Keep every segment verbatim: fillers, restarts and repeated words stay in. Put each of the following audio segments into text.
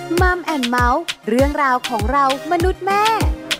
มัมแอนด์เมาส์เรื่องราวของเรามนุษย์แม่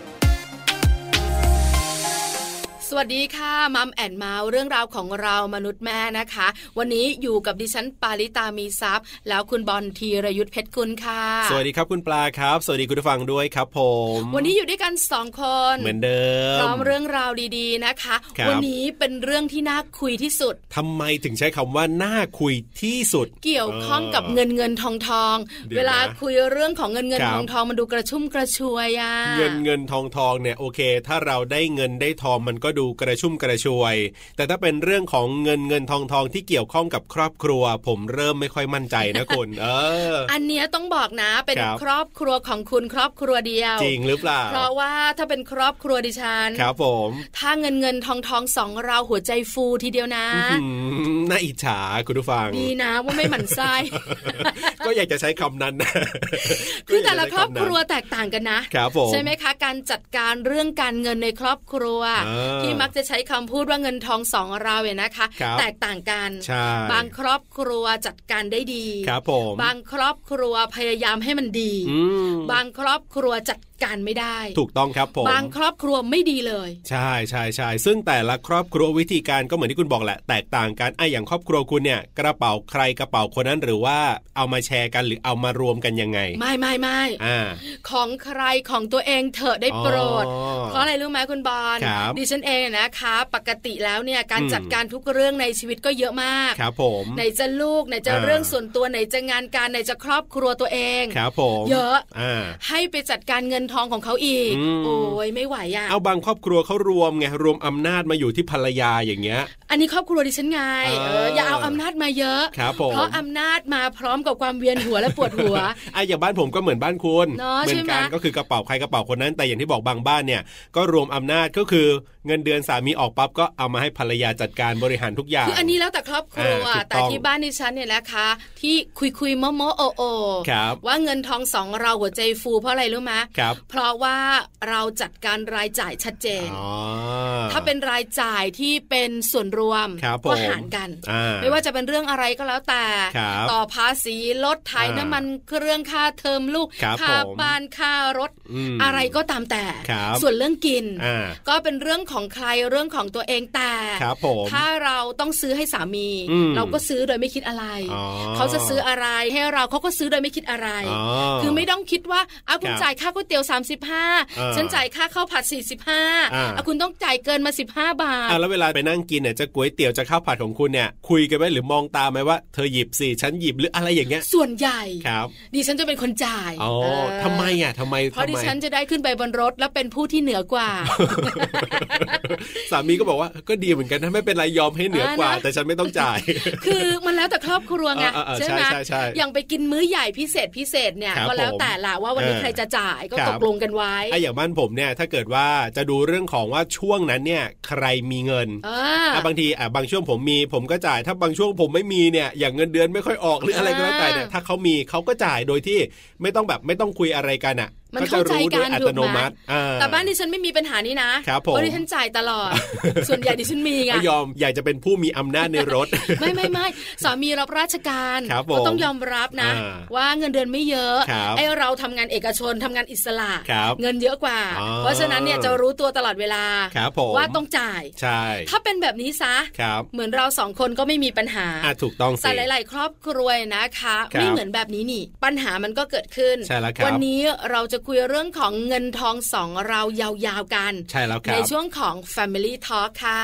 สวัสดีค่ะมัมแอนเมาส์เรื่องราวของเรามนุษย์แม่นะคะวันนี้อยู่กับดิฉันปาริตามีทรัพย์แล้วคุณบอลธีรยุทธเพชรกุลค่ะสวัสดีครับคุณปลาครับสวัสดีคุณผู้ฟังด้วยครับผมวันนี้อยู่ด้วยกันสองคนเหมือนเดิมพร้อมเรื่องราวดีๆนะคะวันนี้เป็นเรื่องที่น่าคุยที่สุดทำไมถึงใช้คำว่าน่าคุยที่สุดเกี่ยวข้องกับเงินเงินทองทองเวลาคุยเรื่องของเงินเงินทองทองมันดูกระชุ่มกระชวยอ่ะเงินเงินทองทองเนี่ยโอเคถ้าเราได้เงินได้ทองมันก็ดูกระชุ่มกระชวยแต่ถ้าเป็นเรื่องของเงินเงินทองทองที่เกี่ยวข้องกับครอบครัวผมเริ่มไม่ค่อยมั่นใจนะคุณเอออันเนี้ยต้องบอกนะเป็นครอบครัวของคุณครอบครัวเดียวจริงหรือเปล่าเพราะว่าถ้าเป็นครอบครัวดิฉันครับผมถ้าเงินเงินทองทองสองเราหัวใจฟูทีเดียวนะน่าอิจฉาคุณผู้ฟังดีนะว่าไม่หมั่นไส้ก็อยากจะใช้คำนั้นนะคือแต่ละครอบครัวแตกต่างกันนะใช่ไหมคะการจัดการเรื่องการเงินในครอบครัวที่มักจะใช้คำพูดว่าเงินทองสองเราเนี่ยนะคะแตกต่างกันบางครอบครัวจัดการได้ดีบางครอบครัวพยายามให้มันดีบางครอบครัวจัดการไม่ได้ถูกต้องครับผมบางครอบครัวไม่ดีเลยใช่ใช่ใช่ซึ่งแต่ละครอบครัววิธีการก็เหมือนที่คุณบอกแหละแตกต่างกันไอ้อย่างครอบครัวคุณเนี่ยกระเป๋าใครกระเป๋าคนนั้นหรือว่าเอามาแชร์กันหรือเอามารวมกันยังไงไม่ไม่ไม่ของใครของตัวเองเถอะได้โปรดเพราะอะไรรู้ไหมคุณบอลดิฉันเองนะคะปกติแล้วเนี่ยการจัดการทุกเรื่องในชีวิตก็เยอะมากครับผมไหนจะลูกไหนจะเรื่องส่วนตัวไหนจะงานการไหนจะครอบครัวตัวเองครับผมเยอะให้ไปจัดการเงินทองของเขาอีกโอ้ยไม่ไหวอ่ะเอาบางครอบครัวเขารวมไงรวมอำนาจมาอยู่ที่ภรรยาอย่างเงี้ยอันนี้ครอบครัวดิฉันไงเอออย่าเอาอำนาจมาเยอะเพราะอำนาจมาพร้อมกับความเวียนหัวและปวดหัวไอ้อย่างบ้านผมก็เหมือนบ้านคุณเหมือนกันก็คือกระเป๋าใครกระเป๋าคนนั้นแต่อย่างที่บอกบางบ้านเนี่ยก็รวมอำนาจก็คือเงินเดือนสามีออกปั๊บก็เอามาให้ภรรยาจัดการบริหารทุกอย่างคืออันนี้แล้วแต่ครอบครัวแต่ที่บ้านดิฉันเนี่ยนะคะที่คุยคุยโมโมโอโอว่าเงินทองสองเราหัวใจฟูเพราะอะไรรู้ไหมเพราะว่าเราจัดการรายจ่ายชัดเจนถ้าเป็นรายจ่ายที่เป็นส่วนรวมก็หารกันไม่ว่าจะเป็นเรื่องอะไรก็แล้วแต่ต่อภาษีลดไถน้ำมันเครื่องค่าเทอมลูกค่าบ้านค่ารถอะไรก็ตามแต่ส่วนเรื่องกินก็เป็นเรื่องของใครเรื่องของตัวเองแต่ถ้าเราต้องซื้อให้สามีเราก็ซื้อโดยไม่คิดอะไรเขาจะซื้ออะไรให้เราเขาก็ซื้อโดยไม่คิดอะไรคือไม่ต้องคิดว่าอ้าวคุณจ่ายค่าก๋วยเตี๋ยวสามสิบห้าฉันจ่ายค่าข้าวผัดสี่สิบห้าอ่ะคุณต้องจ่ายเกินมาสิบห้าบาทอ่ะแล้วเวลาไปนั่งกินเนี่ยจะก๋วยเตี๋ยวจะข้าวผัดของคุณเนี่ยคุยกันไหมหรือมองตาไหมว่าเธอหยิบสิฉันหยิบหรืออะไรอย่างเงี้ยส่วนใหญ่ครับดิฉันจะเป็นคนจ่ายอ๋อทำไมอ่ะทำไมเพราะดิฉันจะได้ขึ้นไปบนรถแล้วเป็นผู้ที่เหนือกว่าสามีก็บอกว่าก็ดีเหมือนกันถ้าไม่เป็นไรยอมให้เหนือกว่าแต่ฉันไม่ต้องจ่ายคือมันแล้วแต่ครอบครัวไงใช่ไหมอย่างไปกินมื้อใหญ่พิเศษพิเศษเนี่ยก็แล้วแต่ละว่าวันนี้ใครจะจ่ายก็ตกลงกันไว้ไอ้อย่างบ้านผมเนี่ยถ้าเกิดว่าจะดูเรื่องของว่าช่วงนั้นเนี่ยใครมีเงินอ่าบางทีอ่ะบางช่วงผมมีผมก็จ่ายถ้าบางช่วงผมไม่มีเนี่ยอย่างเงินเดือนไม่ค่อยออกหรืออะไรก็แล้วแต่เนี่ยถ้าเขามีเขาก็จ่ายโดยที่ไม่ต้องแบบไม่ต้องคุยอะไรกันอ่ะมันเข้าใจกันถูกไหมแต่บ้านดิฉันไม่มีปัญหานี้นะเพราะดิฉันจ่ายตลอดส่วนใหญ่ดิฉันมีไงไม่ยอมอยากจะเป็นผู้มีอำนาจในรถไม่ไม่ไม่สามีรับราชการก็ต้องยอมรับนะว่าเงินเดือนไม่เยอะไอ้เราทำงานเอกชนทำงานอิสระเงินเยอะกว่าเพราะฉะนั้นเนี่ยจะรู้ตัวตลอดเวลาว่าต้องจ่ายใช่ถ้าเป็นแบบนี้ซะเหมือนเราสองคนก็ไม่มีปัญหาถูกต้องแต่หลายๆครอบครัวนะคะไม่เหมือนแบบนี้นี่ปัญหามันก็เกิดขึ้นวันนี้เราจะคุยเรื่องของเงินทองสองเรายาวๆกันใช่แล้วครับในช่วงของ Family Talk ค่ะ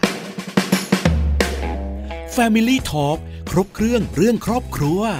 Family Talk ครบเครื่องเรื่องครอบครัว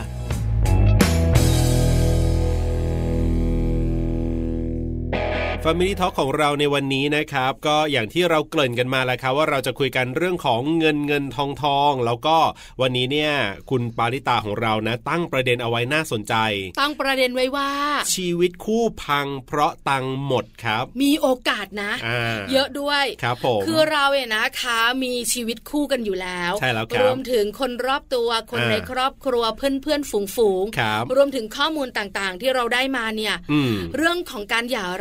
Family Talk ของเราในวันนี้นะครับก็อย่างที่เราเกริ่นกันมาแล้วครับว่าเราจะคุยกันเรื่องของเงินเงินทองทองแล้วก็วันนี้เนี่ยคุณปาริตาของเรานะตั้งประเด็นเอาไว้น่าสนใจตั้งประเด็นไว้ว่าชีวิตคู่พังเพราะตังค์หมดครับมีโอกาสนะเยอะด้วยครับผมคือเราเนี่ยนะคะมีชีวิตคู่กันอยู่แล้วใช่แล้วครับรวมถึงคนรอบตัวคนในครอบครัวเพื่อนเพื่อนฝูงฝูงรวมถึงข้อมูลต่างๆที่เราได้มาเนี่ยเรื่องของการหย่าร้าง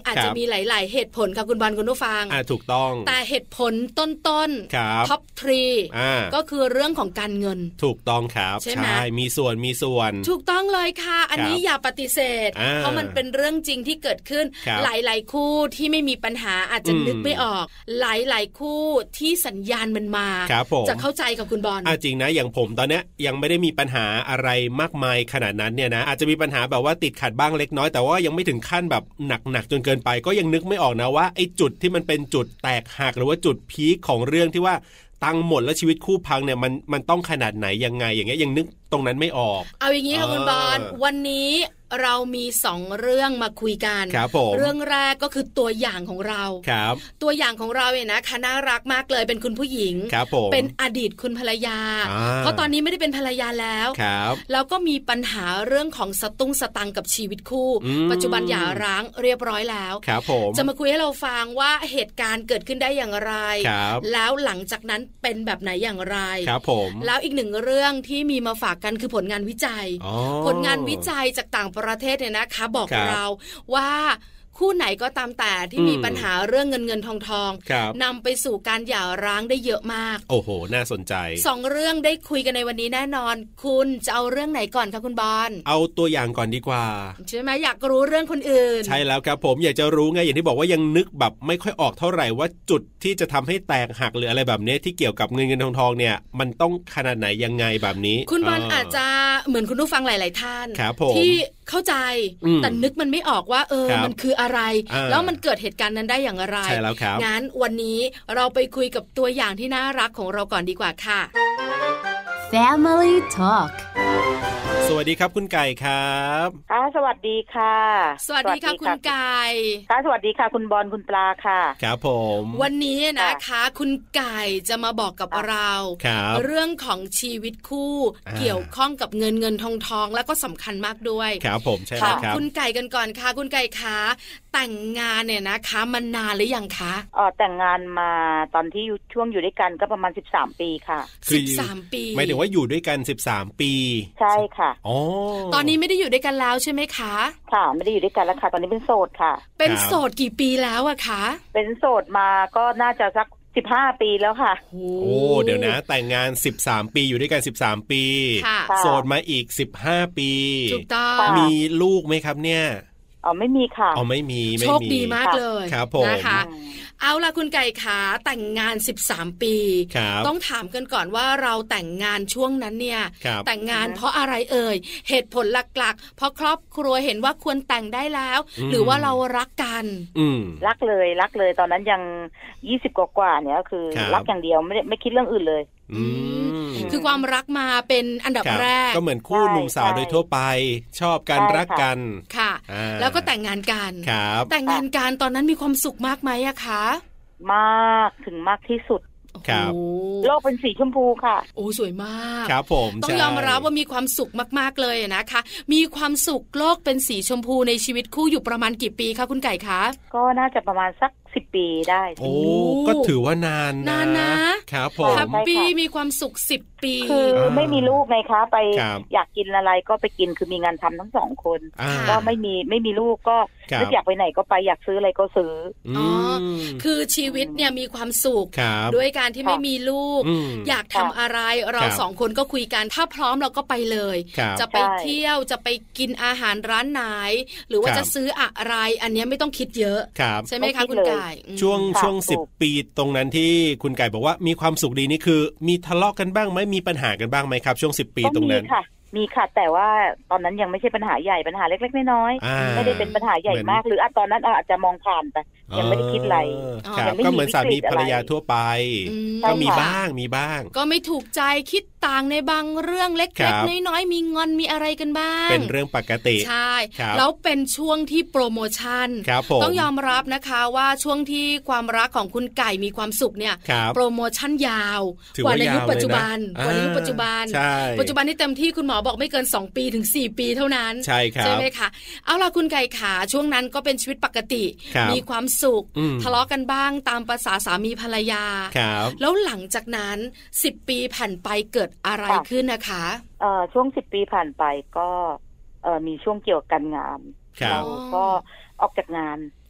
อาจจะมีหลายๆเหตุผลค่ะคุณบอลคุณผู้ฟังอ่าถูกต้องแต่เหตุผลต้นๆท็อปทรีก็คือเรื่องของการเงินถูกต้องครับใช่มีส่วนมีส่วนถูกต้องเลยค่ะอันนี้อย่าปฏิเสธเพราะมันเป็นเรื่องจริงที่เกิดขึ้นหลายๆคู่ที่ไม่มีปัญหาอาจจะนึกไม่ออกหลายๆคู่ที่สัญญาณมันมาจะเข้าใจกับคุณบอลจริงนะอย่างผมตอนนี้ยังไม่ได้มีปัญหาอะไรมากมายขนาดนั้นเนี่ยนะอาจจะมีปัญหาแบบว่าติดขัดบ้างเล็กน้อยแต่ว่ายังไม่ถึงขั้นแบบหนักๆจนเกินไปก็ยังนึกไม่ออกนะว่าไอ้จุดที่มันเป็นจุดแตกหักหรือว่าจุดพีคของเรื่องที่ว่าตังหมดแล้วชีวิตคู่พังเนี่ยมันมันต้องขนาดไหนยังไงอย่างเงี้ยยังนึกตรงนั้นไม่ออกเอาอย่างนี้ค่ะคุณบอลวันนี้เรามีสองเรื่องมาคุยกันเรื่องแรกก็คือตัวอย่างของเราตัวอย่างของเราเนี่ยนะคะน่ารักมากเลยเป็นคุณผู้หญิงเป็นอดีตคุณภรรยาเพราะตอนนี้ไม่ได้เป็นภรรยาแล้วแล้วก็มีปัญหาเรื่องของสตุ้งสตังกับชีวิตคู่ปัจจุบันหย่าร้างเรียบร้อยแล้วจะมาคุยให้เราฟังว่าเหตุการณ์เกิดขึ้นได้อย่างไรแล้วหลังจากนั้นเป็นแบบไหนอย่างไรแล้วอีกหนึ่งเรื่องที่มีมาฝากกันคือผลงานวิจัยผลงานวิจัยจากต่างประเทศเนี่ยนะคะบอกเราว่าคู่ไหนก็ตามแต่ที่มีปัญหาเรื่องเงินเงินทองทองนำไปสู่การหย่าร้างได้เยอะมากโอ้โหน่าสนใจสองเรื่องได้คุยกันในวันนี้แน่นอนคุณจะเอาเรื่องไหนก่อนคะคุณบอลเอาตัวอย่างก่อนดีกว่าใช่ไหมอยากรู้เรื่องคนอื่นใช่แล้วครับผมอยากจะรู้ไงอย่างที่บอกว่ายังนึกแบบไม่ค่อยออกเท่าไหร่ว่าจุดที่จะทำให้แตกหักหรืออะไรแบบนี้ที่เกี่ยวกับเงินเงินทองทองเนี่ยมันต้องขนาดไหนยังไงแบบนี้คุณบอลอาจจะเหมือนคุณผู้ฟังหลายๆท่านที่เข้าใจแต่นึกมันไม่ออกว่าเออมันคืออะไรแล้วมันเกิดเหตุการณ์นั้นได้อย่างไรใช่แล้วครับงั้นวันนี้เราไปคุยกับตัวอย่างที่น่ารักของเราก่อนดีกว่าค่ะ Family Talk สวัสดีครับคุณไก่ครับค่ะสวัสดีค่ะสวัสดีค่ะคุณไก่ค่ะสวัสดีค่ะคุณบอลคุณปลาค่ะครับผมวันนี้นะคะคุณไก่จะมาบอกกับเราเรื่องของชีวิตคู่เกี่ยวข้องกับเงินเงินทองทองแล้วก็สำคัญมากด้วยครับผมใช่แล้วครับคุณไก่กันก่อนค่ะคุณไก่คะแต่งงานเนี่ยนะคะมานานหรือยังคะอ๋อแต่งงานมาตอนที่ช่วงอยู่ด้วยกันก็ประมาณสิบสามปีค่ะสิบสามปีหมายถึงว่าอยู่ด้วยกันสิบสามปีใช่ค่ะอ๋อตอนนี้ไม่ได้อยู่ด้วยกันแล้วใช่ไหมคะค่ะไม่ได้อยู่ด้วยกันแล้วค่ะตอนนี้เป็นโสดค่ะเป็นโสดกี่ปีแล้วอะคะเป็นโสดมาก็น่าจะสักสิบห้าปีแล้วค่ะโอ้เดี๋ยวนะแต่งงานสิบสามปีอยู่ด้วยกันสิบสามปีโสดมาอีกสิบห้าปีถูกต้องมีลูกไหมครับเนี่ยอ๋อไม่มีค่ะอ๋อไม่มีโชคดีมากเลยครับผมนะคะเอาล่ะคุณไก่ขาแต่งงานสิบสามปีต้องถามกันก่อนว่าเราแต่งงานช่วงนั้นเนี่ยแต่งงานเพราะอะไรเอ่ยเหตุผลหลักๆเพราะครอบครัวเห็นว่าควรแต่งได้แล้วหรือว่าเรารักกันรักเลยรักเลยตอนนั้นยังยี่สิบกว่าๆเนี่ยก็คือรักอย่างเดียวไม่ไม่คิดเรื่องอื่นเลยคือความรักมาเป็นอันดับแรกก็เหมือนคู่หนุ่มสาวโดยทั่วไปชอบกันรักกันค่ะแล้วก็แต่งงานกันแต่งงานกันตอนนั้นมีความสุขมากไหมอะคะมากถึงมากที่สุดครับโลกเป็นสีชมพูค่ะโอ้สวยมากครับผมต้องยอมรับว่ามีความสุขมากๆเลยนะคะมีความสุขโลกเป็นสีชมพูในชีวิตคู่อยู่ประมาณกี่ปีคะคุณไก่คะก็น่าจะประมาณสักสิบปีได้โอ้ก็ถือว่านานนานนะครับผมแฮปปี้มีความสุขสิบปีคือไม่มีลูกไงคะไปอยากกินอะไรก็ไปกินคือมีงานทำทั้งสองคนก็ไม่มีไม่มีลูกก็นึกอยากไปไหนก็ไปอยากซื้ออะไรก็ซื้ออ๋อคือชีวิตเนี่ยมีความสุขด้วยการที่ไม่มีลูกอยากทำอะไรเราสองคนก็คุยกันถ้าพร้อมเราก็ไปเลยจะไปเที่ยวจะไปกินอาหารร้านไหนหรือว่าจะซื้ออะไรอันนี้ไม่ต้องคิดเยอะใช่ไหมคะคุณไก่ช่วงช่วงสิบปีตรงนั้นที่คุณไก่บอกว่ามีความสุขดีนี่คือมีทะเลาะกันบ้างไหมมีปัญหากันบ้างไหมครับช่วงสิบปีตรงนั้นมีค่ะแต่ว่าตอนนั้นยังไม่ใช่ปัญหาใหญ่ปัญหาเล็กๆน้อยๆไม่ได้เป็นปัญหาใหญ่มากหรือตอนนั้นอาจจะมองผ่านไปยังไม่ได้คิดอะไรก็เหมือนสามีภรรยาทั่วไปก็มีบ้างมีบ้างก็ไม่ถูกใจคิดต่างในบางเรื่องเล็กๆน้อยๆมีงอนมีอะไรกันบ้างเป็นเรื่องปกติใช่แล้วเป็นช่วงที่โปรโมชั่นต้องยอมรับนะคะว่าช่วงที่ความรักของคุณไก่มีความสุขเนี่ยโปรโมชั่นยาวกว่าในยุคปัจจุบันกว่าในยุคปัจจุบันปัจจุบันนี่เต็มที่คุณหมอบอกไม่เกินสองปีถึงสี่ปีเท่านั้นใช่ครับใช่ไหมคะเอาล่ะคุณไก่ขาช่วงนั้นก็เป็นชีวิตปกติมีความสุขทะเลาะกันบ้างตามภาษาสามีภรรยาแล้วหลังจากนั้นสิบปีผ่านไปเกิดอะไรขึ้นนะคะเอ่อช่วงสิบปีผ่านไปก็เอ่อมีช่วงเกี่ยวกับการงานเราก็ออกจากงาน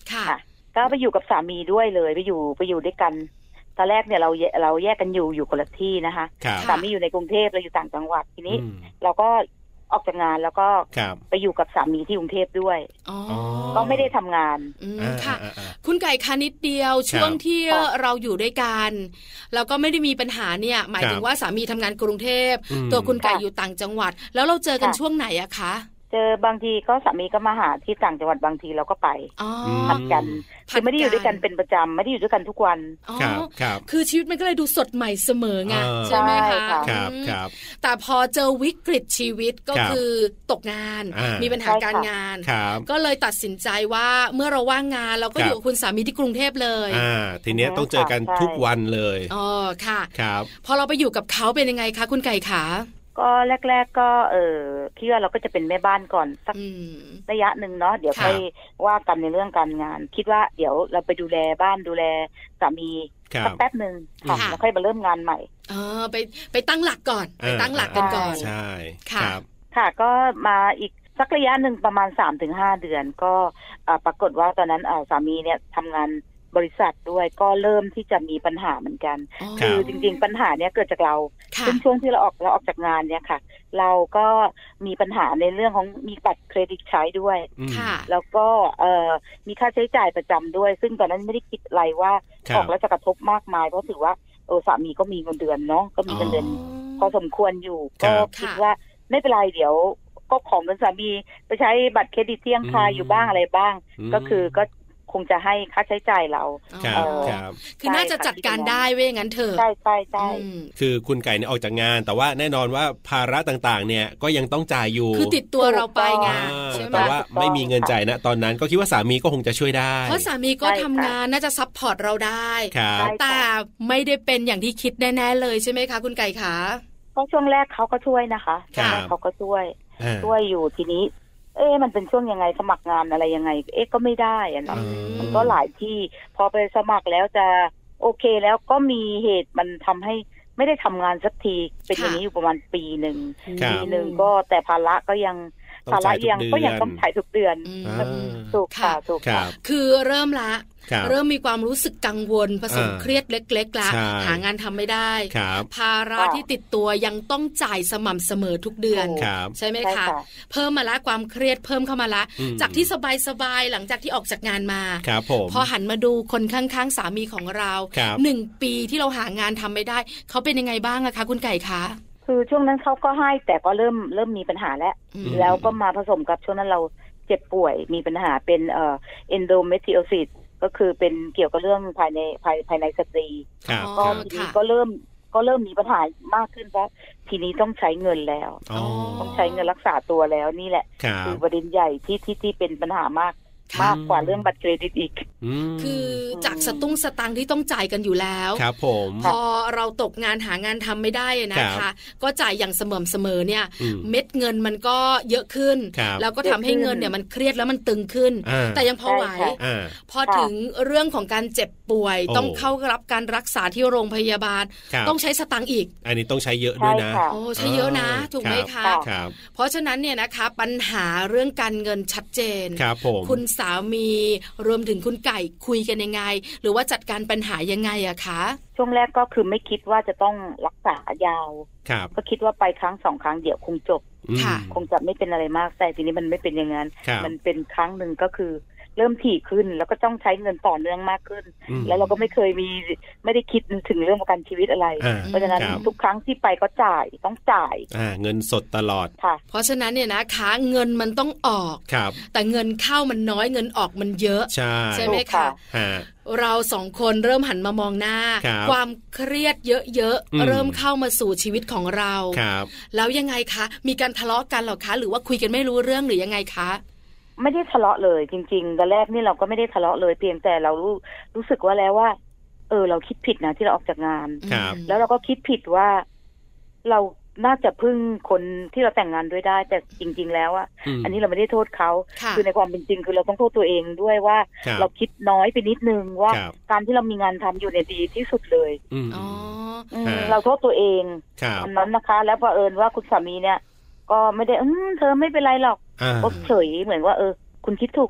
ค่ะก็ไปอยู่กับสามีด้วยเลยไปอยู่ไปอยู่ด้วยกันตอนแรกเนี่ยเราเราแยกกันอยู่อยู่คนละที่นะคะสามีอยู่ในกรุงเทพเราอยู่ต่างจังหวัดทีนี้เราก็ออกจากงานแล้วก็ไปอยู่กับสามีที่กรุงเทพด้วยก็ไม่ได้ทำงานค่ะคุณไก่คะนิดเดียวช่วงที่เราอยู่ด้วยกันเราก็ไม่ได้มีปัญหาเนี่ยหมายถึงว่าสามีทำงานกรุงเทพตัวคุณไก่อยู่ต่างจังหวัดแล้วเราเจอกันช่วงไหนอะคะเจอบางทีก็สามีก็มาหาที่ต่างจังหวัดบางทีเราก็ไปผัดกันคือไม่ได้อยู่ด้วยกันเป็นประจำไม่ได้อยู่ด้วยกันทุกวันครับครับคือชีวิตมันก็เลยดูสดใหม่เสมอไงใช่ไหมคะครับครับแต่พอเจอวิกฤตชีวิตก็คือตกงานมีปัญหาการงานก็เลยตัดสินใจว่าเมื่อเราว่างงานเราก็อยู่กับคุณสามีที่กรุงเทพเลยอ่าทีเนี้ยต้องเจอกันทุกวันเลยอ๋อค่ะครับพอเราไปอยู่กับเขาเป็นยังไงคะคุณไก่ขาก็แรกๆก็เออคิดว่าเราก็จะเป็นแม่บ้านก่อนสักระยะหนึ่งเนาะเดี๋ยวค่อยว่ากันในเรื่องการงานคิดว่าเดี๋ยวเราไปดูแลบ้านดูแลสามีสักแป๊บนึงค่ะแล้วค่อยมาเริ่มงานใหม่เออไปไปตั้งหลักก่อนไปตั้งหลักกันก่อนใช่ครับค่ะก็มาอีกสักระยะหนึ่งประมาณ สามถึงห้า เดือนก็ปรากฏว่าตอนนั้นสามีเนี่ยทำงานบริษัทด้วยก็เริ่มที่จะมีปัญหาเหมือนกันคือจริงๆปัญหาเนี้ยเกิดจากเราซึ่งช่วงที่เราออกเราออกจากงานเนี่ยค่ะเราก็มีปัญหาในเรื่องของมีบัตรเครดิตใช้ด้วยแล้วก็เอ่อมีค่าใช้จ่ายประจำด้วยซึ่งตอนนั้นไม่ได้คิดอะไรว่าออกแล้วจะกระทบมากมายเพราะถือว่าเออสามีก็มีเงินเดือนเนาะก็มีเงินเดือนพอสมควรอยู่ก็คิดว่าไม่เป็นไรเดี๋ยวก็ของเงินสามีไปใช้บัตรเครดิตที่ยังคาอยู่บ้างอะไรบ้างก็คือก็คงจะให้ค่าใช้จ่ายเราคือน่าจะจัดการได้เว้ยงั้นเถอะใช่ใช่ใช่คือคุณไก่เนี่ยออกจากงานแต่ว่าแน่นอนว่าภาระต่างๆเนี่ยก็ยังต้องจ่ายอยู่คือติดตัวเราไปไงใช่ไหมแต่ว่าไม่มีเงินจ่ายนะตอนนั้นก็คิดว่าสามีก็คงจะช่วยได้เพราะสามีก็ทำงานน่าจะซัพพอร์ตเราได้แต่ไม่ได้เป็นอย่างที่คิดแน่ๆเลยใช่ไหมคะคุณไก่คะก็ช่วงแรกเขาก็ช่วยนะคะเขาก็ช่วยช่วยอยู่ทีนี้เอ๊ะมันเป็นช่วงยังไงสมัครงานอะไรยังไงเอ๊ะก็ไม่ได้อ่ะเนาะมันก็หลายที่พอไปสมัครแล้วจะโอเคแล้วก็มีเหตุมันทำให้ไม่ได้ทำงานสักทีเป็นอย่างนี้อยู่ประมาณปีหนึ่งปีหนึ่งก็แต่ภาระก็ยังภาระยังก็ยังต้องจ่ายทุกเดือนถูกค่ะถูกค่ะคือเริ่มละเริ่มมีความรู้สึกกังวลผสมเครียดเล็กๆละหางานทำไม่ได้ภาระที่ติดตัวยังต้องจ่ายสม่ำเสมอทุกเดือนใช่ไหมคะเพิ่มมาละความเครียดเพิ่มเข้ามาละจากที่สบายๆหลังจากที่ออกจากงานมาพอหันมาดูคนข้างๆสามีของเราหนึ่งปีที่เราหางานทำไม่ได้เขาเป็นยังไงบ้างอะคะคุณไก่คะคือช่วงนั้นเขาก็ให้แต่ก็เริ่มเริ่มมีปัญหาแล้วแล้วก็มาผสมกับช่วงนั้นเราเจ็บป่วยมีปัญหาเป็นเอ่อ endometriosis ก็คือเป็นเกี่ยวกับเรื่องภายในภายภายในสตรีก็ทีนี้ก็เริ่มก็เริ่มมีปัญหามากขึ้นเพราะทีนี้ต้องใช้เงินแล้วต้องใช้เงินรักษาตัวแล้วนี่แหละคือประเด็นใหญ่ที่ที่ที่เป็นปัญหามากมากกว่าเรื่องบัตรเครดิตอีกคือจากสตุ้งสตังที่ต้องจ่ายกันอยู่แล้วครับผมพอเราตกงานหางานทำไม่ได้นะคะก็จ่ายอย่างเสมอเสมอเนี่ยเม็ดเงินมันก็เยอะขึ้นแล้วก็ทำให้เงินเนี่ยมันเครียดแล้วมันตึงขึ้นแต่ยังพอไหวพอถึงเรื่องของการเจ็บป่วยต้องเข้ารับการรักษาที่โรงพยาบาลต้องใช้สตังค์อีกอันนี้ต้องใช้เยอะด้วยนะโอ้ใช้เยอะนะถูกไหมคะเพราะฉะนั้นเนี่ยนะคะปัญหาเรื่องการเงินชัดเจนคุณสามีรวมถึงคุณไก่คุยกันยังไงหรือว่าจัดการปัญหายังไงอะคะช่วงแรกก็คือไม่คิดว่าจะต้องรักษายาวก็คิดว่าไปครั้งสองครั้งเดี๋ยวคงจบคงจะไม่เป็นอะไรมากแต่ทีนี้มันไม่เป็นอย่างนั้นมันเป็นครั้งหนึ่งก็คือเริ่มถี่ขึ้นแล้วก็ต้องใช้เงินต่อเนื่องมากขึ้นแล้วเราก็ไม่เคยมีไม่ได้คิดถึงเรื่องประกันชีวิตอะไรเพราะฉะนั้นทุกครั้งที่ไปก็จ่ายต้องจ่ายเงินสดตลอดเพราะฉะนั้นเนี่ยนะคะเงินมันต้องออกแต่เงินเข้ามันน้อยเงินออกมันเยอะใช่ใช่ไหมคะเราสองคนเริ่มหันมามองหน้าความเครียดเยอะๆเริ่มเข้ามาสู่ชีวิตของเราแล้วยังไงคะมีการทะเลาะกันหรอคะหรือว่าคุยกันไม่รู้เรื่องหรือยังไงคะไม่ได้ทะเลาะเลยจริงๆตอนแรกนี่เราก็ไม่ได้ทะเลาะเลยเพียงแต่เรารู้รู้สึกว่าแล้วว่าเออเราคิดผิดนะที่เราออกจากงานแล้วเราก็คิดผิดว่าเราน่าจะพึ่งคนที่เราแต่งงานด้วยได้แต่จริงๆแล้วอ่ะ อ, อันนี้เราไม่ได้โทษเขาคือในความเป็นจริงคือเราต้องโทษตัวเองด้วยว่าเราคิดน้อยไปนิดนึงว่าการที่เรามีงานทำอยู่ในดีที่สุดเลยเราโทษตัวเองอันนั้นนะคะแล้วเผอิญว่าคุณสามีเนี่ยก็ไม่ได้เออเธอไม่เป็นไรหรอกก็เฉยเหมือนว่าเออคุณคิดถูกแล้ว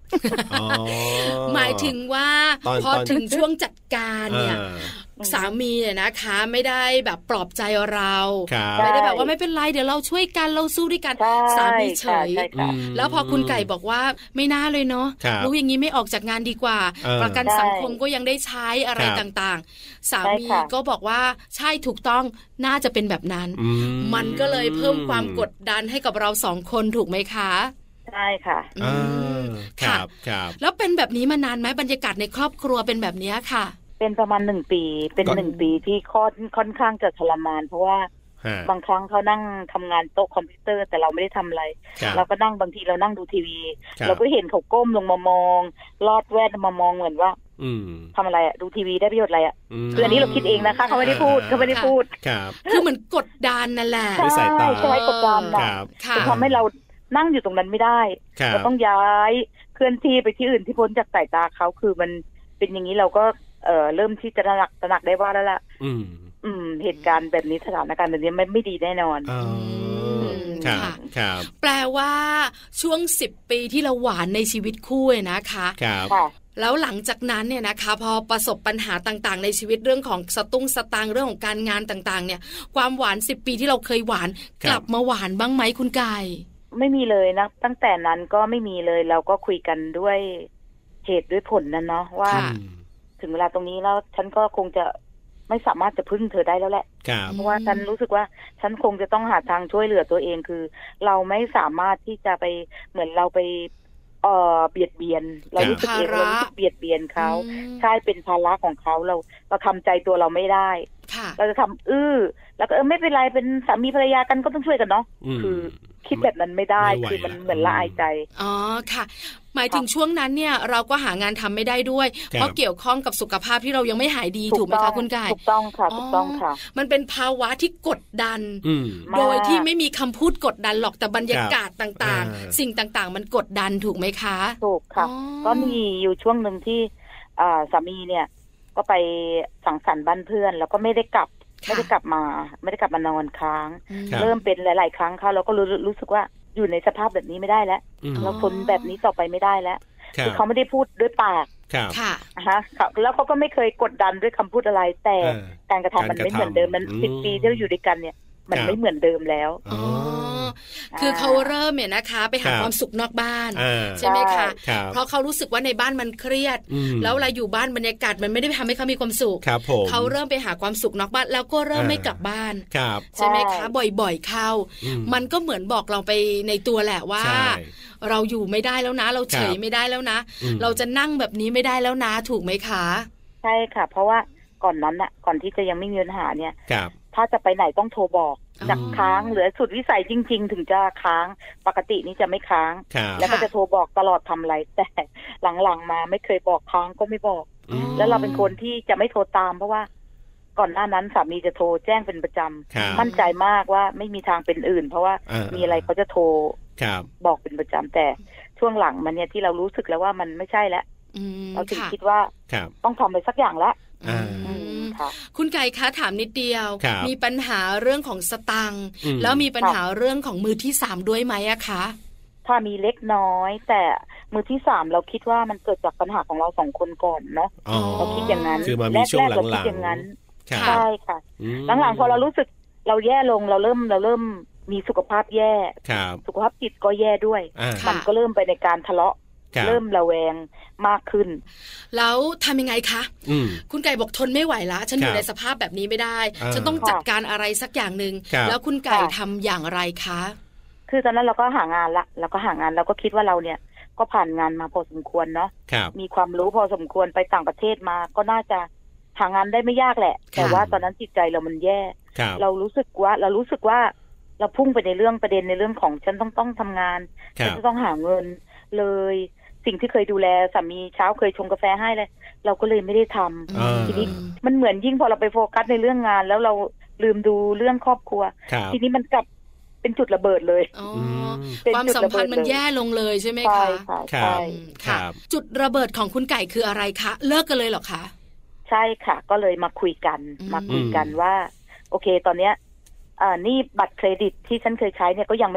หมายถึงว่าพอถึงช่วงจัดการเนี่ยสามีเนี่ยนะคะไม่ได้แบบปลอบใจเราไม่ได้แบบว่าไม่เป็นไรเดี๋ยวเราช่วยกันเราสู้ด้วยกันสามีเฉยแล้วพอคุณไก่บอกว่าไม่น่าเลยเนาะรู้อย่างนี้ไม่ออกจากงานดีกว่าประกันสังคมก็ยังได้ใช้อะไรต่างๆสามีก็บอกว่าใช่ถูกต้องน่าจะเป็นแบบนั้นมันก็เลยเพิ่มความกดดันให้กับเราสองคนถูกไหมคะใช่ค่ะอืมครับครับแล้วเป็นแบบนี้มานานไหมบรรยากาศในครอบครัวเป็นแบบนี้ค่ะเป็นประมาณหนึ่งปีเป็นหนึ่งปีที่ค่อนค่อนข้างจะทรมานเพราะว่าบางครั้งเขานั่งทำงานโต๊ะคอมพิวเตอร์แต่เราไม่ได้ทำอะไรเราก็นั่งบางทีเรานั่งดูทีวีเราก็เห็นเขาก้มลงมามองลอดแว่นมามองเหมือนว่าทำอะไรอะดูทีวีได้ประโยชน์อะไรอะคืออันนี้เราคิดเองนะคะเขาไม่ได้พูดเขาไม่ได้พูดคือเหมือนกดดันนั่นแหละใช่ใช่กดดันนะจะทำให้เรานั่งอยู่ตรงนั้นไม่ได้เราต้องย้ายเคลื่อนที่ไปที่อื่นที่พ้นจากสายตาเขาคือมันเป็นอย่างนี้เราก็เอ่อเริ่มที่จะตระหนักตระหนักได้ว่าแล้วล่ะอืมอืมเหตุการณ์แบบนี้สถานการณ์แบบนี้ไม่ไม่ดีแน่นอนอ๋อครับครับแปลว่าช่วงสิบปีที่เราหวานในชีวิตคู่นะคะครับแล้วหลังจากนั้นเนี่ยนะคะพอประสบปัญหาต่างๆในชีวิตเรื่องของสตุ้งสตางค์เรื่องของการงานต่างๆเนี่ยความหวานสิบปีที่เราเคยหวานกลับมาหวานบ้างไหมคุณไก่ไม่มีเลยนะตั้งแต่นั้นก็ไม่มีเลยเราก็คุยกันด้วยเหตุด้วยผลนั่นเนาะว่าถึงเวลาตรงนี้แล้วฉันก็คงจะไม่สามารถจะพึ่งเธอได้แล้วแหละเพราะว่าฉันรู้สึกว่าฉันคงจะต้องหาทางช่วยเหลือตัวเองคือเราไม่สามารถที่จะไปเหมือนเราไปเอ่อเบียดเบียนเรารู้สึกเองเรารู้สึกเบียดเบียนเขาใช่เป็นภาระของเขาเราเราทำใจตัวเราไม่ได้เราจะทำอื้อแล้วก็เออไม่เป็นไรเป็นสามีภรรยากันก็ต้องช่วยกันเนาะคือคิดแบบนั้นไม่ได้คือมันเหมือนละอายใจอ๋อค่ะหมายถึงช่วงนั้นเนี่ยเราก็หางานทำไม่ได้ด้วยเพราะเกี่ยวข้องกับสุขภาพที่เรายังไม่หายดีถูกไหมคะคุณไก่ถูกต้องค่ะถูกต้องค่ะมันเป็นภาวะที่กดดันโดยที่ไม่มีคำพูดกดดันหรอกแต่บรรยากาศต่างๆสิ่งต่างๆมันกดดันถูกไหมคะถูกค่ะก็มีอยู่ช่วงนึงที่สามีเนี่ยก็ไปสังสรรค์บ้านเพื่อนแล้วก็ไม่ได้กลับไม่ได้กลับมาไม่ได้กลับมานอนค้างเริ่มเป็นหลายๆครั้งเขาเราก็รู้รู้สึกว่าอยู่ในสภาพแบบนี้ไม่ได้แล้วเราทนแบบนี้ต่อไปไม่ได้แล้วคือเขาไม่ได้พูดด้วยปากค่ะฮะแล้วเขาก็ไม่เคยกดดันด้วยคำพูดอะไรแต่การกระทำมันไม่เหมือนเดิมมันสิบปีที่เราอยู่ด้วยกันเนี่ยมันไม่เหมือนเดิมแล้วอ๋อคือเขาเริ่มเนี่ยนะคะไปหาความสุขนอกบ้านใช่ไหมคะเพราะเขารู้สึกว่าในบ้านมันเครียดแล้วเวลาอยู่บ้านบรรยากาศมันไม่ได้ทำให้เขามีความสุขเขาเริ่มไปหาความสุขนอกบ้านแล้วก็เริ่มไม่กลับบ้านใช่ไหมคะบ่อยๆเข้ามันก็เหมือนบอกเราไปในตัวแหละว่าเราอยู่ไม่ได้แล้วนะเราเฉยไม่ได้แล้วนะเราจะนั่งแบบนี้ไม่ได้แล้วนะถูกไหมคะใช่ค่ะเพราะว่าก่อนนั้นน่ะก่อนที่จะยังไม่มีปัญหาเนี่ยถ้าจะไปไหนต้องโทรบอกจากค้างเหลือสุดวิสัยจริงๆถึงจะค้างปกตินี่จะไม่ค้างแล้วก็จะโทรบอกตลอดทำอะไรแต่หลังๆมาไม่เคยบอกค้างก็ไม่บอกแล้วเราเป็นคนที่จะไม่โทรตามเพราะว่าก่อนหน้านั้นสามีจะโทรแจ้งเป็นประจำมั่นใจมากว่าไม่มีทางเป็นอื่นเพราะว่ามีอะไรเขาจะโทรบอกเป็นประจำแต่ช่วงหลังมันเนี่ยที่เรารู้สึกแล้วว่ามันไม่ใช่แล้วเราถึงคิดว่าต้องทำไปสักอย่างละคุณไก่คะถามนิดเดียวมีปัญหาเรื่องของสตังค์แล้วมีปัญหาเรื่องของมือที่สามด้วยไหมอะคะถ้ามีเล็กน้อยแต่มือที่สามเราคิดว่ามันเกิดจากปัญหาของเราสองคนก่อนเนาะเราคิดอย่างนั้นคือมามีช่วงหลังๆใช่ค่ะหลังๆพอเรารู้สึกเราแย่ลงเราเริ่มเราเริ่มมีสุขภาพแย่สุขภาพจิตก็แย่ด้วยมันก็เริ่มไปในการทะเลาะเริ่มระแวงมากขึ้นแล้วทำยังไงคะคุณไก่บอกทนไม่ไหวละฉันอยู่ในสภาพแบบนี้ไม่ได้ฉันต้องจัดการอะไรสักอย่างนึงแล้วคุณไก่ทำอย่างไรคะคือตอนนั้นเราก็หางานละเราก็หางานเราก็คิดว่าเราเนี่ยก็ผ่านงานมาพอสมควรเนาะมีความรู้พอสมควรไปต่างประเทศมาก็น่าจะหางานได้ไม่ยากแหละแต่ว่าตอนนั้นจิตใจเรามันแย่เรารู้สึกว่าเรารู้สึกว่าเราพุ่งไปในเรื่องประเด็นในเรื่องของฉันต้องต้องทำงานฉันจะต้องหาเงินเลยสิ่งที่เคยดูแลสามีเช้าเคยชงกาแฟให้เลยเราก็เลยไม่ได้ทำทีนี้มันเหมือนยิ่งพอเราไปโฟกัสในเรื่องงานแล้วเราลืมดูเรื่องครอบครัวทีนี้มันกลับเป็นจุดระเบิดเลยความสัมพันธ์มันแย่ลงเลยใช่ไหมคะใช่ค่ะจุดระเบิดของคุณไก่คืออะไรคะเลิกกันเลยเหรอคะใช่ค่ะก็เลยมาคุยกันมาคุยกันว่าโอเคตอนเนี้ยอ่านี่บัตรเครดิตที่ฉันเคยใช้เนี่ยก็ยังไม่จบ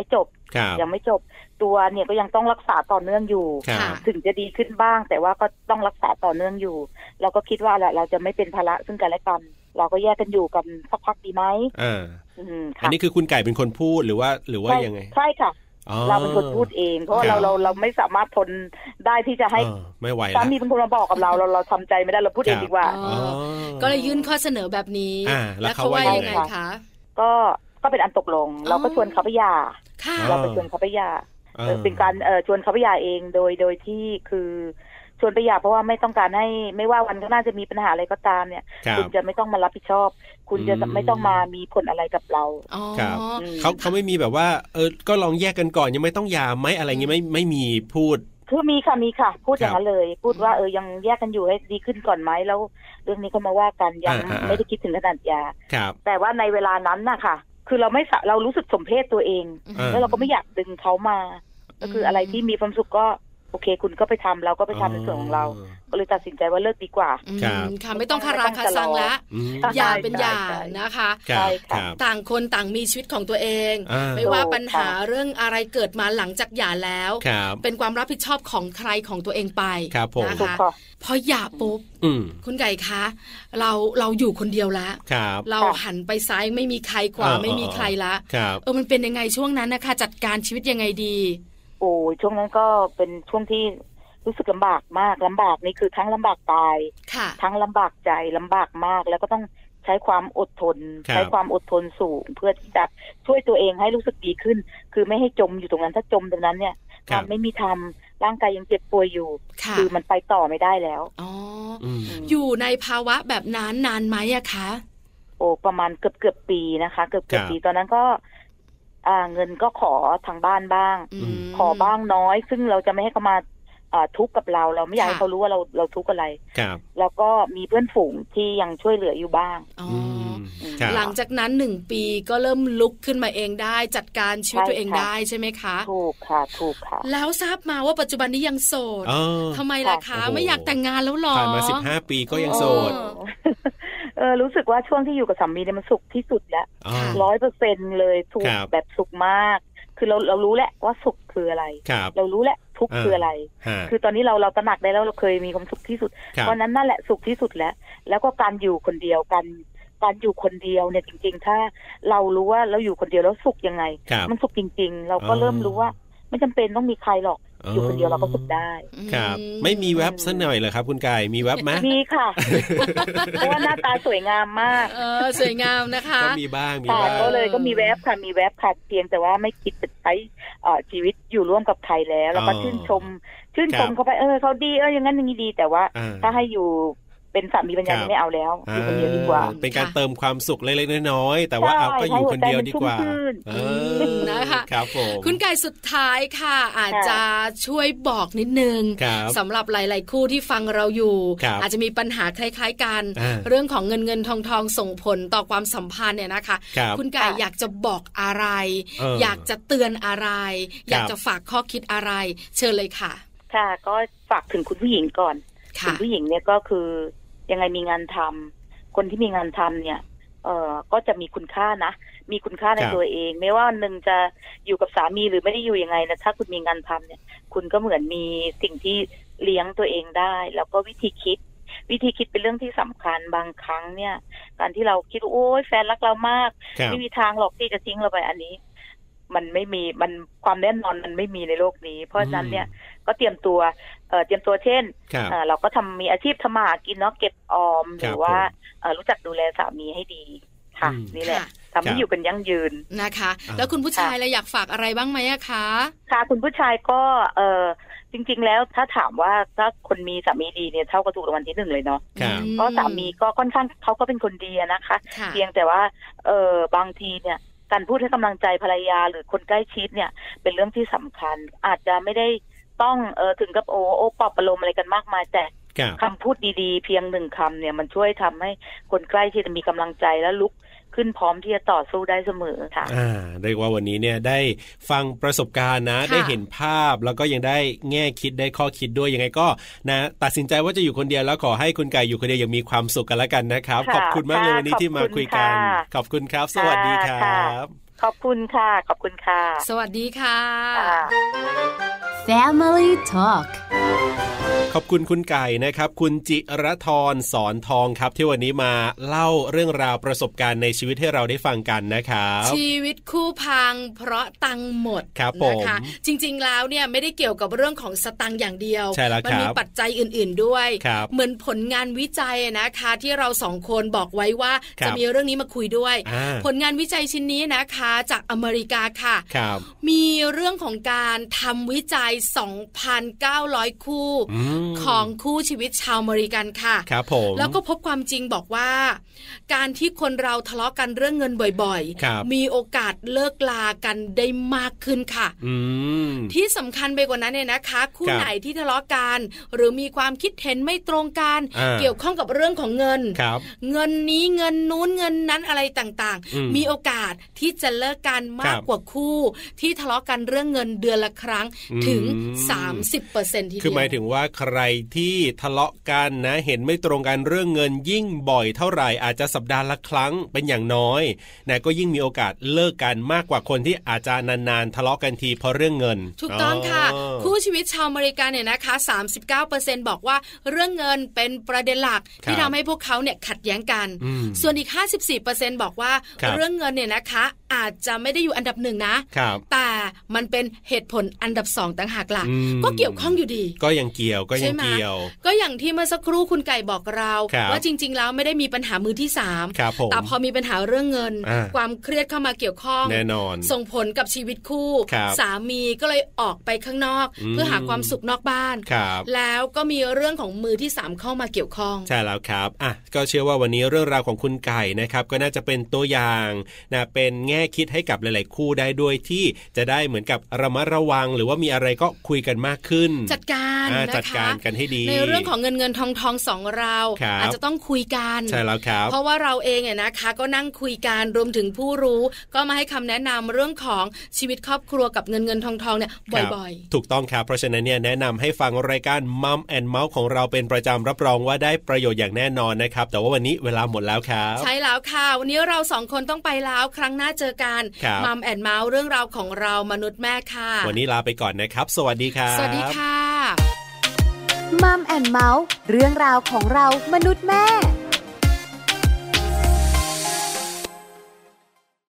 ยังไม่จบตัวเนี่ยก็ยังต้องรักษาต่อเนื่องอยู่ถึงจะดีขึ้นบ้างแต่ว่าก็ต้องรักษาต่อเนื่องอยู่เราก็คิดว่าเราจะไม่เป็นภาระซึ่งกันและกันเราก็แยกกันอยู่กันสักพักดีไหมอ่าอันนี้คือคุณไก่เป็นคนพูดหรือว่าหรือว่ายังไงใช่ค่ะเราเป็นคนพูดเองเพราะว่าเราเราเราไม่สามารถทนได้ที่จะให้ไม่ไหวสามีเป็นคนมาบอกกับเราเราเราทำใจไม่ได้เราพูดเองดีกว่าก็เลยยื่นข้อเสนอแบบนี้แล้วเขาว่ายังไงคะก็ก็เป็นอันตกลงเราก็ชวนเขาไปหย่าเราไปชวนเขาไปหย่าเป็นการชวนเขาไปหย่าเองโดยโดยที่คือชวนไปหย่าเพราะว่าไม่ต้องการให้ไม่ว่าวันข้างหน้าจะมีปัญหาอะไรก็ตามเนี่ยคุณจะไม่ต้องมารับผิดชอบคุณจะไม่ต้องมามีผลอะไรกับเราครับเขาเขาไม่มีแบบว่าเออก็ลองแยกกันก่อนยังไม่ต้องหย่าไหมอะไรเงี้ยไม่ไม่มีพูดคือมีค่ะมีค่ะพูดอย่างนั้นเลยพูดว่าเออยังแยกกันอยู่ให้ดีขึ้นก่อนไหมแล้วเรื่องนี้ก็มาว่ากันยังไม่ได้คิดถึงขนาดหย่าแต่ว่าในเวลานั้นน่ะค่ะคือเราไม่เรารู้สึกสมเพศตัวเองแล้วเราก็ไม่อยากดึงเขามาก็คืออะไรที่มีความสุขก็โอเคคุณก็ไปทำเราก็ไปทำในส่วนของเราก็เลยตัดสินใจว่าเลิกดีกว่าค่ะไม่ต้องคาราคาซังละอย่าเป็นอย่านะคะต่างคนต่างมีชีวิตของตัวเองไม่ว่าปัญหาเรื่องอะไรเกิดมาหลังจากหย่าแล้วเป็นความรับผิดชอบของใครของตัวเองไปนะคะพอหย่าปุ๊บคุณไก่คะเราเราอยู่คนเดียวแล้วเราหันไปซ้ายไม่มีใครขวาไม่มีใครละเออมันเป็นยังไงช่วงนั้นนะคะจัดการชีวิตยังไงดีโอ้ช่วงนั้นก็เป็นช่วงที่รู้สึกลำบากมากลำบากนี่คือทั้งลำบากกายทั้งลำบากใจลำบากมากแล้วก็ต้องใช้ความอดทนใช้ความอดทนสูงเพื่อที่จะช่วยตัวเองให้รู้สึกดีขึ้นคือไม่ให้จมอยู่ตรงนั้นถ้าจมตรงนั้นเนี่ยมันไม่มีทำร่างกายยังเจ็บป่วยอยู่คือมันไปต่อไม่ได้แล้วอ๋ออยู่ในภาวะแบบนั้นนานไหมอะคะโอ้ประมาณเกือบเกือบปีนะคะเกือบเกือบปีตอนนั้นก็อ่าเงินก็ขอทางบ้านบ้างขอบ้างน้อยซึ่งเราจะไม่ให้เขามาอ่าทุกข์กับเราเราไม่อยากให้เขารู้ว่าเราเราทุกข์อะไรแล้วก็มีเพื่อนฝูงที่ยังช่วยเหลืออยู่บ้างหลังจากนั้นหนึ่งปีก็เริ่มลุกขึ้นมาเองได้จัดการชีวิตตัวเองได้ใช่ไหมคะถูกค่ะถูกค่ะแล้วทราบมาว่าปัจจุบันนี้ยังโสดทำไมล่ะคะไม่อยากแต่งงานแล้วหรอผ่านมาสิบห้าปีก็ยังโสดเออรู้สึกว่าช่วงที่อยู่กับสามีเนี่ยมันสุขที่สุดแล้วร้อยเปอร์เซ็นต์เลยถูกแบบสุขมากคือเราเรารู้แหละว่าสุขคืออะไรเรารู้แหละทุกข์คืออะไรคือตอนนี้เราเราตระหนักได้แล้วเราเคยมีความสุขที่สุดเพราะนั้นนั่นแหละสุขที่สุดแล้วแล้วก็การอยู่คนเดียวกันการอยู่คนเดียวเนี่ยจริงๆถ้าเรารู้ว่าเราอยู่คนเดียวแล้วสุขยังไงมันสุขจริงๆเราก็เริ่มรู้ว่าไม่จำเป็นต้องมีใครหรอกอยู่คนเดียวเราก็สุขได้ครับไม่มีแวบสักหน่อยเหรอครับคุณไก่มีแวบไหมมีค่ะเพราะว่าหน้าตาสวยงามมากเออสวยงามนะคะก็มีบ้างมีบ้างก็เลยก็มีแวบค่ะมีแวบค่ะเพียงแต่ว่าไม่คิดจะใช้ชีวิตอยู่ร่วมกับใครแล้วแล้วก็ชื่นชมชื่นชมเขาไปเออเขาดีเอออย่างนั้นอย่างนี้ดีแต่ว่าถ้าให้อยู่เป็นสามีปัญญาไม่เอาแล้วอยู่คนเดียวดีกว่าเป็นการเติมความสุขเล็กๆน้อยๆแต่ว่าเอาก็อยู่คนเดียวดีกว่านะคะครับผมคุณไก่สุดท้ายค่ะอาจจะช่วยบอกนิดนึงสำหรับหลายๆคู่ที่ฟังเราอยู่อาจจะมีปัญหาคล้ายๆกันเรื่องของเงินเงินทองทองส่งผลต่อความสัมพันธ์เนี่ยนะคะคุณไก่อยากจะบอกอะไรอยากจะเตือนอะไรอยากจะฝากข้อคิดอะไรเชิญเลยค่ะค่ะก็ฝากถึงคุณผู้หญิงก่อนคุณผู้หญิงเนี่ยก็คือยังไงมีงานทำคนที่มีงานทำเนี่ยเอ่อก็จะมีคุณค่านะมีคุณค่าในตัวเองไม่ว่าหนึ่งจะอยู่กับสามีหรือไม่ได้อยู่ยังไงนะถ้าคุณมีงานทำเนี่ยคุณก็เหมือนมีสิ่งที่เลี้ยงตัวเองได้แล้วก็วิธีคิดวิธีคิดเป็นเรื่องที่สำคัญบางครั้งเนี่ยการที่เราคิดโอ้ยแฟนรักเรามากไม่มีทางหรอกที่จะทิ้งเราไปอันนี้มันไม่มีมันความแน่นอนมันไม่มีในโลกนี้เพราะฉะนั้นเนี่ยก็เตรียมตัวเอ่อเตรียมตัวเช่นเอ่อเราก็ทำมีอาชีพทำมาหากินเนาะเก็บออมหรือว่าเอ่อรู้จักดูแลสามีให้ดีค่ะนี่แหละทำให้อยู่กันยั่งยืนนะคะแล้วคุณผู้ชายเราอยากฝากอะไรบ้างไหมอะคะค่ะคุณผู้ชายก็เอ่อจริงๆแล้วถ้าถามว่าถ้าคนมีสามีดีเนี่ยเท่ากับถูกรางวัลที่หนึ่งเลยเนาะเพราะสามีก็ค่อนข้างเขาก็เป็นคนดีนะคะเพียงแต่ว่าเอ่อบางทีเนี่ยการพูดให้กำลังใจภรรยาหรือคนใกล้ชิดเนี่ยเป็นเรื่องที่สำคัญอาจจะไม่ได้ต้องเออถึงกับโอ้โอ้ปลอบประโลมอะไรกันมากมายแต่คำพูดดีๆเพียงหนึ่งคำเนี่ยมันช่วยทำให้คนใกล้ชิดมีกำลังใจและลุกขึ้นพร้อมที่จะต่อสู้ได้เสมอค่ะอ่าเรียกว่าวันนี้เนี่ยได้ฟังประสบการณ์นะได้เห็นภาพแล้วก็ยังได้แง่คิดได้ข้อคิดด้วยยังไงก็นะตัดสินใจว่าจะอยู่คนเดียวแล้วขอให้คุณไก่อยู่คนเดียวอย่างมีความสุขกันแล้วกันนะครับขอบคุณมากเลยวันนี้ที่มาคุยกันขอบคุณครับสวัสดีครับขอบคุณค่ะขอบคุณค่ะสวัสดีค่ะ Family Talk ขอบคุณคุณไก่นะครับคุณจิรธรสอนทองครับที่วันนี้มาเล่าเรื่องราวประสบการณ์ในชีวิตให้เราได้ฟังกันนะครับชีวิตคู่พังเพราะตังหมดครับนะคะจริงๆแล้วเนี่ยไม่ได้เกี่ยวกับเรื่องของสตังอย่างเดียวมันมีปัจจัยอื่นๆด้วยเหมือนผลงานวิจัยนะคะที่เราสองคนบอกไว้ว่าจะมีเรื่องนี้มาคุยด้วยผลงานวิจัยชิ้นนี้นะคะจากอเมริกาค่ะมีเรื่องของการทำวิจัย สองพันเก้าร้อย คู่ของคู่ชีวิตชาวอเมริกันค่ะครับผมแล้วก็พบความจริงบอกว่าการที่คนเราทะเลาะกันเรื่องเงินบ่อยๆมีโอกาสเลิกลากันได้มากขึ้นค่ะที่สำคัญไปกว่านั้นเนี่ยนะคะคู่ไหนที่ทะเลาะกันหรือมีความคิดเห็นไม่ตรงกันเกี่ยวข้องกับเรื่องของเงินเงินนี้เงินนู้นเงินนั้นอะไรต่างๆมีโอกาสที่จะเลิกกันมากกว่าคู่ที่ทะเลาะกันเรื่องเงินเดือนละครั้งถึง สามสิบเปอร์เซ็นต์ ทีเดียวคือหมายถึงว่าใครที่ทะเลาะกันนะเห็นไม่ตรงกันเรื่องเงินยิ่งบ่อยเท่าไหร่อาจจะสัปดาห์ละครั้งเป็นอย่างน้อยนะก็ยิ่งมีโอกาสเลิกกันมากกว่าคนที่อาจจะนานๆทะเลาะกันทีเพราะเรื่องเงินถูกต้องค่ะคู่ชีวิตชาวอเมริกันเนี่ยนะคะ สามสิบเก้าเปอร์เซ็นต์ บอกว่าเรื่องเงินเป็นประเด็นหลักที่ทำให้พวกเขาเนี่ยขัดแย้งกันส่วนอีก ห้าสิบสี่เปอร์เซ็นต์ บอกว่าเรื่องเงินเนี่ยนะคะอาจจะไม่ได้อยู่อันดับหนึ่งนะแต่มันเป็นเหตุผลอันดับสองต่างหากล่ะก็เกี่ยวข้องอยู่ดีก็ยังเกี่ยวก็ยังเกี่ยวก็อย่างที่เมื่อสักครู่คุณไก่บอกเราว่าจริงๆแล้วไม่ได้มีปัญหามือที่สามแต่พอมีปัญหาเรื่องเงินความเครียดเข้ามาเกี่ยวข้องแน่นอนส่งผลกับชีวิตคู่สามีก็เลยออกไปข้างนอกเพื่อหาความสุขนอกบ้านแล้วก็มีเรื่องของมือที่สามเข้ามาเกี่ยวข้องใช่แล้วครับอ่ะก็เชื่อว่าวันนี้เรื่องราวของคุณไก่นะครับก็น่าจะเป็นตัวอย่างนะเป็นแง่คิดให้กับหลายๆคู่ได้ด้วยที่จะได้เหมือนกับระมัดระวังหรือว่ามีอะไรก็คุยกันมากขึ้นจัดการนะคะจัดการกันให้ดีในเรื่องของเงินเงินทองทองสองเราอาจจะต้องคุยกันใช่แล้วครับเพราะว่าเราเองเนี่ยนะคะก็นั่งคุยกันรวมถึงผู้รู้ก็มาให้คำแนะนำเรื่องของชีวิตครอบครัวกับเงินเงินทองทองเนี่ยบ่อยๆถูกต้องครับเพราะฉะนั้นเนี่ยแนะนำให้ฟังรายการ Mum and Mouse ของเราเป็นประจำรับรองว่าได้ประโยชน์อย่างแน่นอนนะครับแต่ว่าวันนี้เวลาหมดแล้วครับใช่แล้วค่ะวันนี้เราสองคนต้องไปแล้วครั้งหน้าเจอกัน Mum and Mouse เรื่องราวของเรามนุษย์แม่ค่ะวันนี้ลาไปก่อนนะครับสวัสดีครับสวัสดีค่ะ Mum and Mouse เรื่องราวของเรามนุษย์แม่